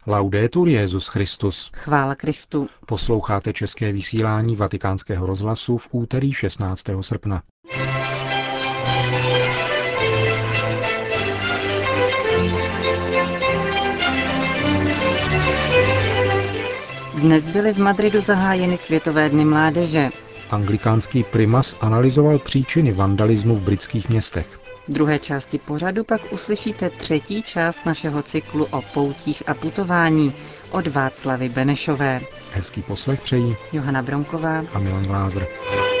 Laudetur Jesus Christus. Chvála Kristu. Posloucháte české vysílání Vatikánského rozhlasu v úterý 16. srpna. Dnes byly v Madridu zahájeny Světové dny mládeže. Anglikánský primas analyzoval příčiny vandalismu v britských městech. V druhé části pořadu pak uslyšíte třetí část našeho cyklu o poutích a putování od Václavy Benešové. Hezký poslech přejí Johana Bronková a Milan Glázer.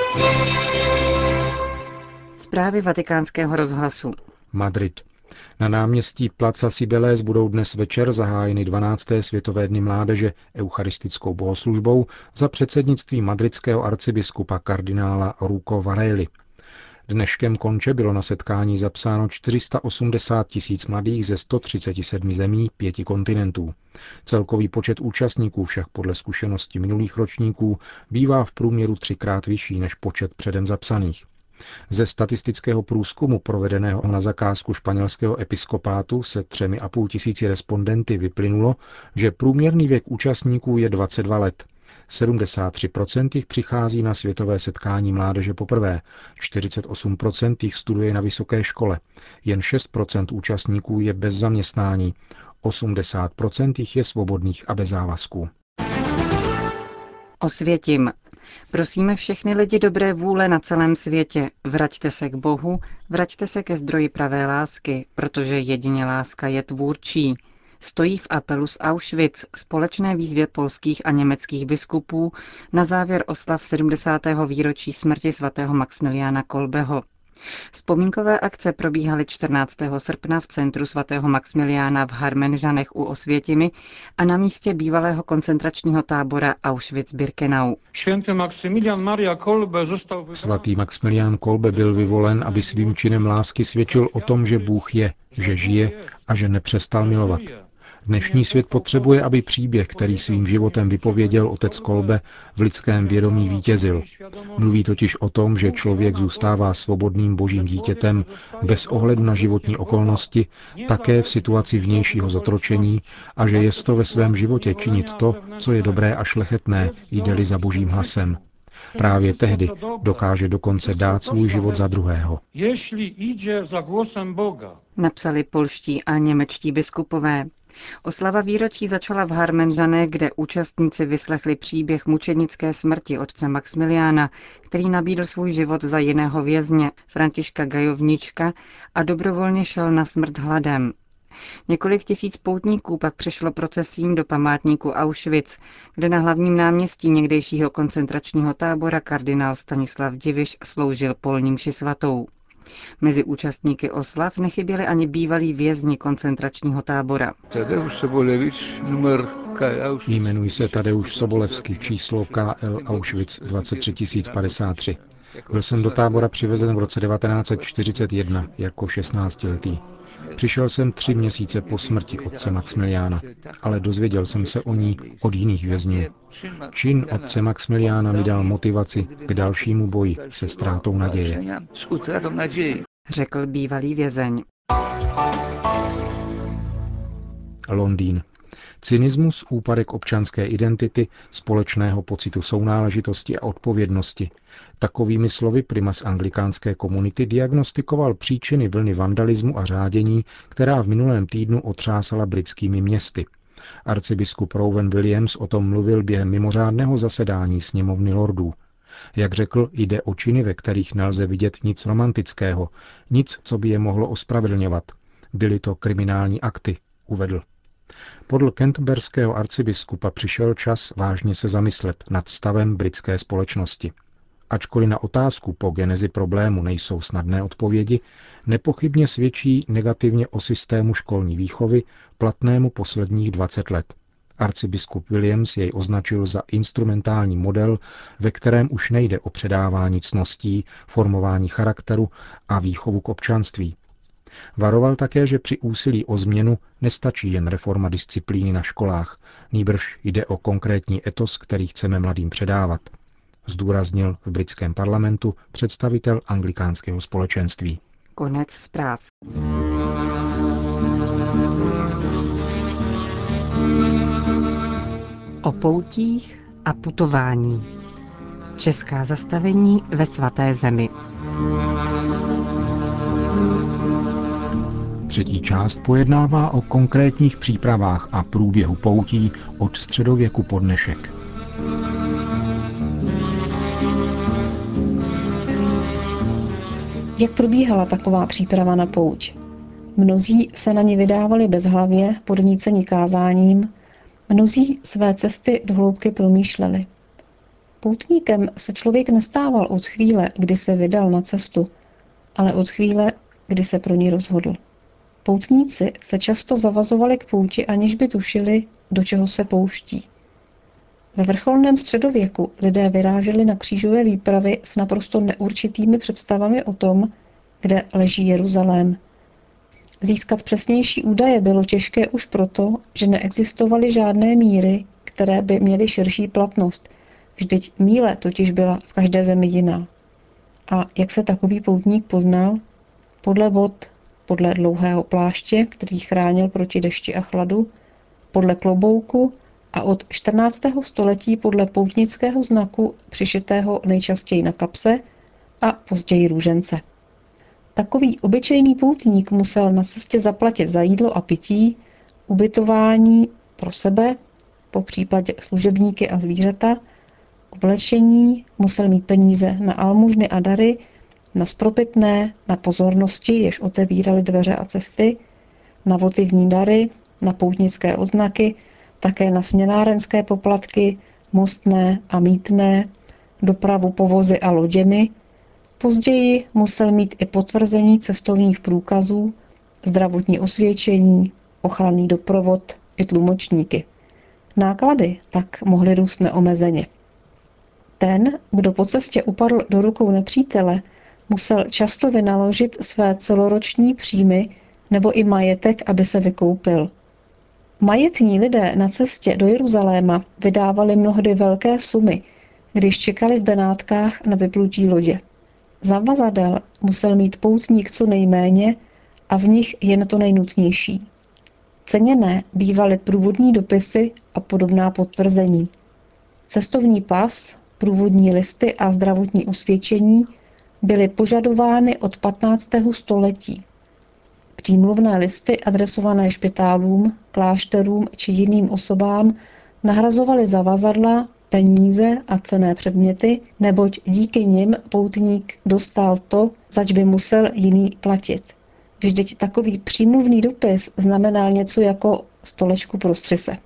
Zprávy Vatikánského rozhlasu. Madrid. Na náměstí Plaza Cibeles budou dnes večer zahájeny 12. Světové dny mládeže eucharistickou bohoslužbou za předsednictví madridského arcibiskupa kardinála Rouco Varelli. Dneškem konče bylo na setkání zapsáno 480 000 mladých ze 137 zemí 5 kontinentů. Celkový počet účastníků však podle zkušenosti minulých ročníků bývá v průměru 3krát vyšší než počet předem zapsaných. Ze statistického průzkumu provedeného na zakázku španělského episkopátu se 3,5 tisíci respondenty vyplynulo, že průměrný věk účastníků je 22 let. 73% jich přichází na světové setkání mládeže poprvé, 48% jich studuje na vysoké škole, jen 6% účastníků je bez zaměstnání, 80% jich je svobodných a bez závazků. Osvětim. Prosíme všechny lidi dobré vůle na celém světě, vraťte se k Bohu, vraťte se ke zdroji pravé lásky, protože jedině láska je tvůrčí. Stojí v apelu z Auschwitz, společné výzvě polských a německých biskupů na závěr oslav 70. výročí smrti svatého Maxmiliána Kolbeho. Vzpomínkové akce probíhaly 14. srpna v centru svatého Maxmiliána v Harmenžanech u Osvětimi a na místě bývalého koncentračního tábora Auschwitz-Birkenau. Svatý Maxmilián Kolbe byl vyvolen, aby svým činem lásky svědčil o tom, že Bůh je, že žije a že nepřestal milovat. Dnešní svět potřebuje, aby příběh, který svým životem vypověděl otec Kolbe, v lidském vědomí vítězil. Mluví totiž o tom, že člověk zůstává svobodným božím dítětem bez ohledu na životní okolnosti, také v situaci vnějšího zotročení a že je to ve svém životě činit to, co je dobré a šlechetné, jde-li za božím hlasem. Právě tehdy dokáže dokonce dát svůj život za druhého. Napsali polští a němečtí biskupové. Oslava výročí začala v Harmenžanech, kde účastníci vyslechli příběh mučednické smrti otce Maxmiliána, který nabídl svůj život za jiného vězně, Františka Gajovnička, a dobrovolně šel na smrt hladem. Několik tisíc poutníků pak přešlo procesím do památníku Auschwitz, kde na hlavním náměstí někdejšího koncentračního tábora kardinál Stanislav Diviš sloužil polní mši svatou. Mezi účastníky oslav nechyběli ani bývalí vězni koncentračního tábora. Jmenuji se Tadeusz Sobolewski, číslo KL Auschwitz 23053. Byl jsem do tábora přivezen v roce 1941 jako 16letý. Přišel jsem 3 měsíce po smrti otce Maxmiliána, ale dozvěděl jsem se o ní od jiných vězňů. Čin otce Maxmiliána mi dal motivaci k dalšímu boji se ztrátou naděje, řekl bývalý vězeň. Londýn. Cynismus, úpadek občanské identity, společného pocitu sounáležitosti a odpovědnosti. Takovými slovy primas anglikánské komunity diagnostikoval příčiny vlny vandalismu a řádění, která v minulém týdnu otřásala britskými městy. Arcibiskup Rowan Williams o tom mluvil během mimořádného zasedání sněmovny lordů. Jak řekl, jde o činy, ve kterých nelze vidět nic romantického, nic, co by je mohlo ospravedlňovat. Byly to kriminální akty, uvedl. Podle canterburyského arcibiskupa přišel čas vážně se zamyslet nad stavem britské společnosti. Ačkoliv na otázku po genezi problému nejsou snadné odpovědi, nepochybně svědčí negativně o systému školní výchovy platnému posledních 20 let. Arcibiskup Williams jej označil za instrumentální model, ve kterém už nejde o předávání ctností, formování charakteru a výchovu k občanství. Varoval také, že při úsilí o změnu nestačí jen reforma disciplíny na školách, nýbrž jde o konkrétní etos, který chceme mladým předávat, zdůraznil v britském parlamentu představitel anglikánského společenství. Konec zpráv. O poutích a putování. Česká zastavení ve Svaté zemi. Třetí část pojednává o konkrétních přípravách a průběhu poutí od středověku po dnešek. Jak probíhala taková příprava na pouť? Mnozí se na ně vydávali bezhlavě, podníceni kázáním, mnozí své cesty do hloubky promýšleli. Poutníkem se člověk nestával od chvíle, kdy se vydal na cestu, ale od chvíle, kdy se pro ní rozhodl. Poutníci se často zavazovali k pouti, aniž by tušili, do čeho se pouští. Ve vrcholném středověku lidé vyráželi na křížové výpravy s naprosto neurčitými představami o tom, kde leží Jeruzalém. Získat přesnější údaje bylo těžké už proto, že neexistovaly žádné míry, které by měly širší platnost. Vždyť míle totiž byla v každé zemi jiná. A jak se takový poutník poznal? Podle vod, podle dlouhého pláště, který chránil proti dešti a chladu, podle klobouku a od 14. století podle poutnického znaku přišitého nejčastěji na kapse a později růžence. Takový obyčejný poutník musel na cestě zaplatit za jídlo a pití, ubytování pro sebe, po případě služebníky a zvířata, oblečení, musel mít peníze na almužny a dary, na spropitné, na pozornosti, jež otevíraly dveře a cesty, na votivní dary, na poutnické odznaky, také na směnárenské poplatky, mostné a mýtné, dopravu povozy a loděmi. Později musel mít i potvrzení cestovních průkazů, zdravotní osvědčení, ochranný doprovod i tlumočníky. Náklady tak mohly růst neomezeně. Ten, kdo po cestě upadl do rukou nepřítele, musel často vynaložit své celoroční příjmy nebo i majetek, aby se vykoupil. Majetní lidé na cestě do Jeruzaléma vydávali mnohdy velké sumy, když čekali v Benátkách na vyplutí lodě. Zavazadel musel mít poutník co nejméně a v nich jen to nejnutnější. Ceněné bývaly průvodní dopisy a podobná potvrzení. Cestovní pas, průvodní listy a zdravotní osvědčení byly požadovány od 15. století. Přímluvné listy adresované špitálům, klášterům či jiným osobám nahrazovaly zavazadla, peníze a cenné předměty, neboť díky nim poutník dostal to, zač by musel jiný platit. Vždyť takový přímluvný dopis znamenal něco jako stolečku pro střise.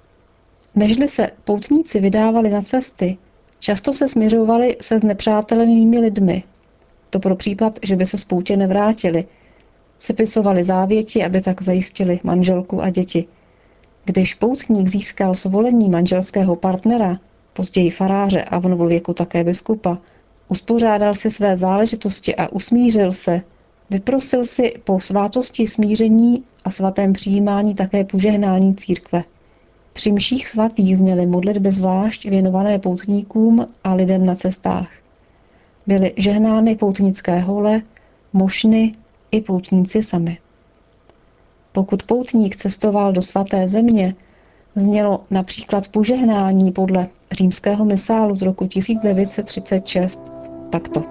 Nežli se poutníci vydávali na cesty, často se smiřovali se znepřátelenými lidmi. To pro případ, že by se z poutě nevrátili. Sepisovali závěti, aby tak zajistili manželku a děti. Když poutník získal svolení manželského partnera, později faráře a v novověku také biskupa, uspořádal si své záležitosti a usmířil se, vyprosil si po svátosti smíření a svatém přijímání také požehnání církve. Při mších svatých zněly modlitby zvlášť věnované poutníkům a lidem na cestách. Byly žehnány poutnické hole, mošny i poutníci sami. Pokud poutník cestoval do svaté země, znělo například požehnání podle římského misálu z roku 1936 takto.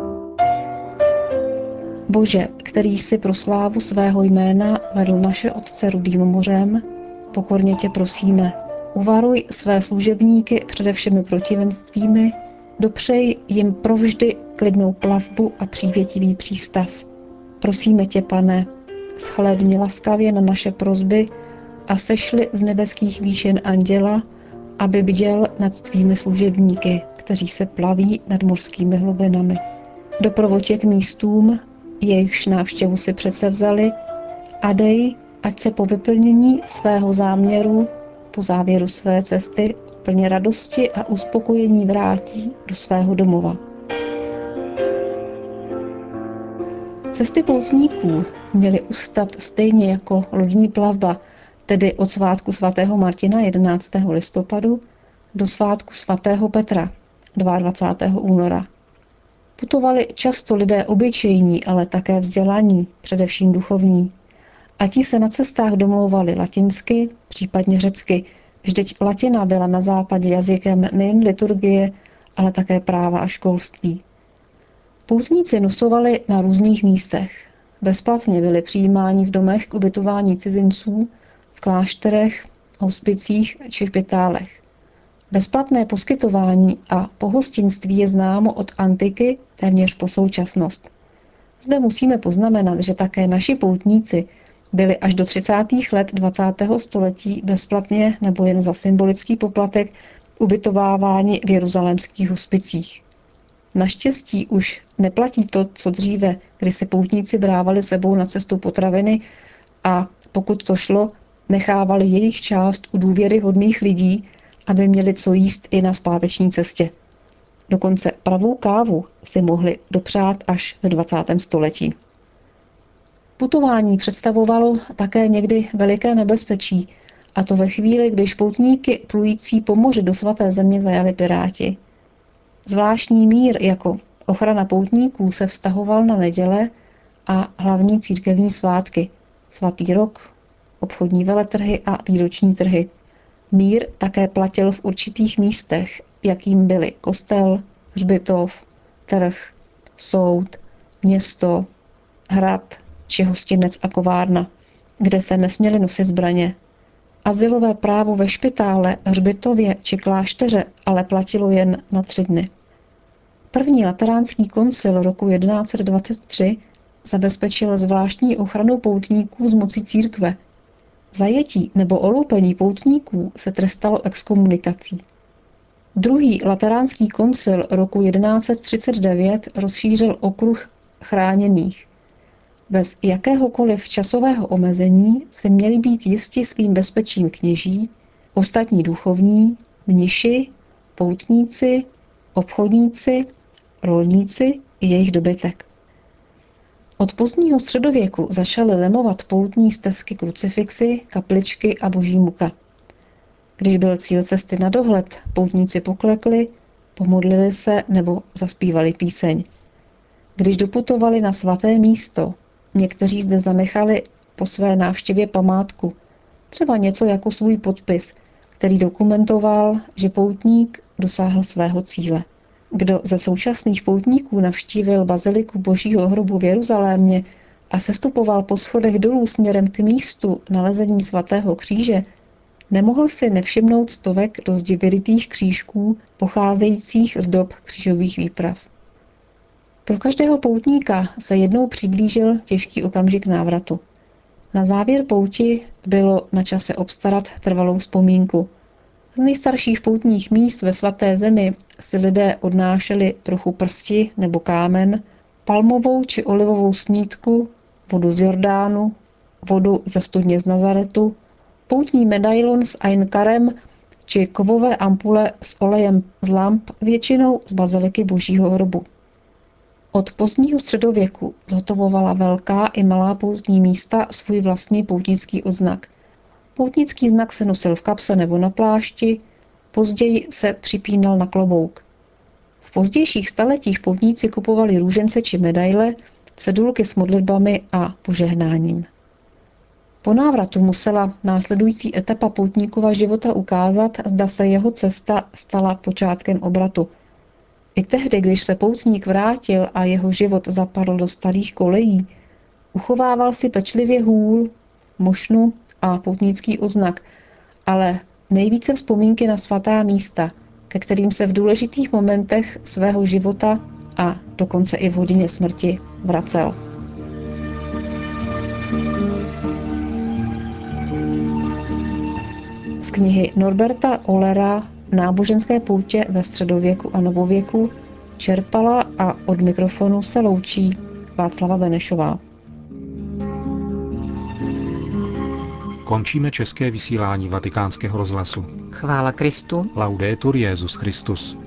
Bože, který si pro slávu svého jména vedl naše otce Rudým mořem, pokorně tě prosíme, uvaruj své služebníky přede všemi protivenstvími, dopřej jim provždy klidnou plavbu a přívětivý přístav. Prosíme tě, Pane, shlédni laskavě na naše prosby a sešli z nebeských výšin anděla, aby bděl nad tvými služebníky, kteří se plaví nad mořskými hlubinami. Doprovoď je k místům, jejichž návštěvu si přece vzali, a dej, ať se po vyplnění svého záměru, po závěru své cesty, plně radosti a uspokojení vrátí do svého domova. Cesty poutníků měly ustat stejně jako lodní plavba, tedy od svátku svatého Martina 11. listopadu do svátku svatého Petra 22. února. Putovali často lidé obyčejní, ale také vzdělaní, především duchovní. A ti se na cestách domlouvali latinsky, případně řecky, Vždyť latina byla na západě jazykem nejen liturgie, ale také práva a školství. Poutníci nosovali na různých místech. Bezplatně byli přijímáni v domech k ubytování cizinců, v klášterech, hospicích či špitálech. Bezplatné poskytování a pohostinství je známo od antiky téměř po současnost. Zde musíme poznamenat, že také naši poutníci byli až do 30. let 20. století bezplatně nebo jen za symbolický poplatek ubytováváni v jeruzalémských hospicích. Naštěstí už neplatí to, co dříve, kdy se poutníci brávali sebou na cestu potraviny a pokud to šlo, nechávali jejich část u důvěryhodných lidí, aby měli co jíst i na zpáteční cestě. Dokonce pravou kávu si mohli dopřát až ve 20. století. Putování představovalo také někdy veliké nebezpečí, a to ve chvíli, když poutníky plující po moři do svaté země zajali piráti. Zvláštní mír jako ochrana poutníků se vztahoval na neděle a hlavní církevní svátky, svatý rok, obchodní veletrhy a výroční trhy. Mír také platil v určitých místech, jakým byly kostel, hřbitov, trh, soud, město, hrad či hostinec a kovárna, kde se nesměly nosit zbraně. Azylové právo ve špitále, hřbitově či klášteře ale platilo jen na 3 dny. První lateránský koncil roku 1123 zabezpečil zvláštní ochranu poutníků z moci církve. Zajetí nebo oloupení poutníků se trestalo exkomunikací. Druhý lateránský koncil roku 1139 rozšířil okruh chráněných. Bez jakéhokoliv časového omezení si měli být jisti svým bezpečím kněží, ostatní duchovní, mniši, poutníci, obchodníci, rolníci i jejich dobytek. Od pozdního středověku začaly lemovat poutní stezky krucifixy, kapličky a boží muka. Když byl cíl cesty na dohled, poutníci poklekli, pomodlili se nebo zaspívali píseň. Když doputovali na svaté místo, někteří zde zanechali po své návštěvě památku, třeba něco jako svůj podpis, který dokumentoval, že poutník dosáhl svého cíle. Kdo ze současných poutníků navštívil baziliku Božího hrobu v Jeruzalémě a sestupoval po schodech dolů směrem k místu nalezení svatého kříže, nemohl si nevšimnout stovek do zdi vyrytých křížků pocházejících z dob křížových výprav. Pro každého poutníka se jednou přiblížil těžký okamžik návratu. Na závěr pouti bylo na čase obstarat trvalou vzpomínku. Z nejstarších poutních míst ve svaté zemi si lidé odnášeli trochu prsti nebo kámen, palmovou či olivovou snídku, vodu z Jordánu, vodu ze studně z Nazaretu, poutní medailon s Ain Karem či kovové ampule s olejem z lamp, většinou z baziliky Božího hrobu. Od pozdního středověku zhotovovala velká i malá poutní místa svůj vlastní poutnický odznak. Poutnický znak se nosil v kapse nebo na plášti, později se připínal na klobouk. V pozdějších staletích poutníci kupovali růžence či medaile, cedulky s modlitbami a požehnáním. Po návratu musela následující etapa poutníkova života ukázat, zda se jeho cesta stala počátkem obratu. I tehdy, když se poutník vrátil a jeho život zapadl do starých kolejí, uchovával si pečlivě hůl, mošnu a poutnický odznak, ale nejvíce vzpomínky na svatá místa, ke kterým se v důležitých momentech svého života a dokonce i v hodině smrti vracel. Z knihy Norberta Ohlera Náboženské poutě ve středověku a novověku čerpala a od mikrofonu se loučí Václava Benešová. Končíme české vysílání Vatikánského rozhlasu. Chvála Kristu. Laudetur Jesus Christus.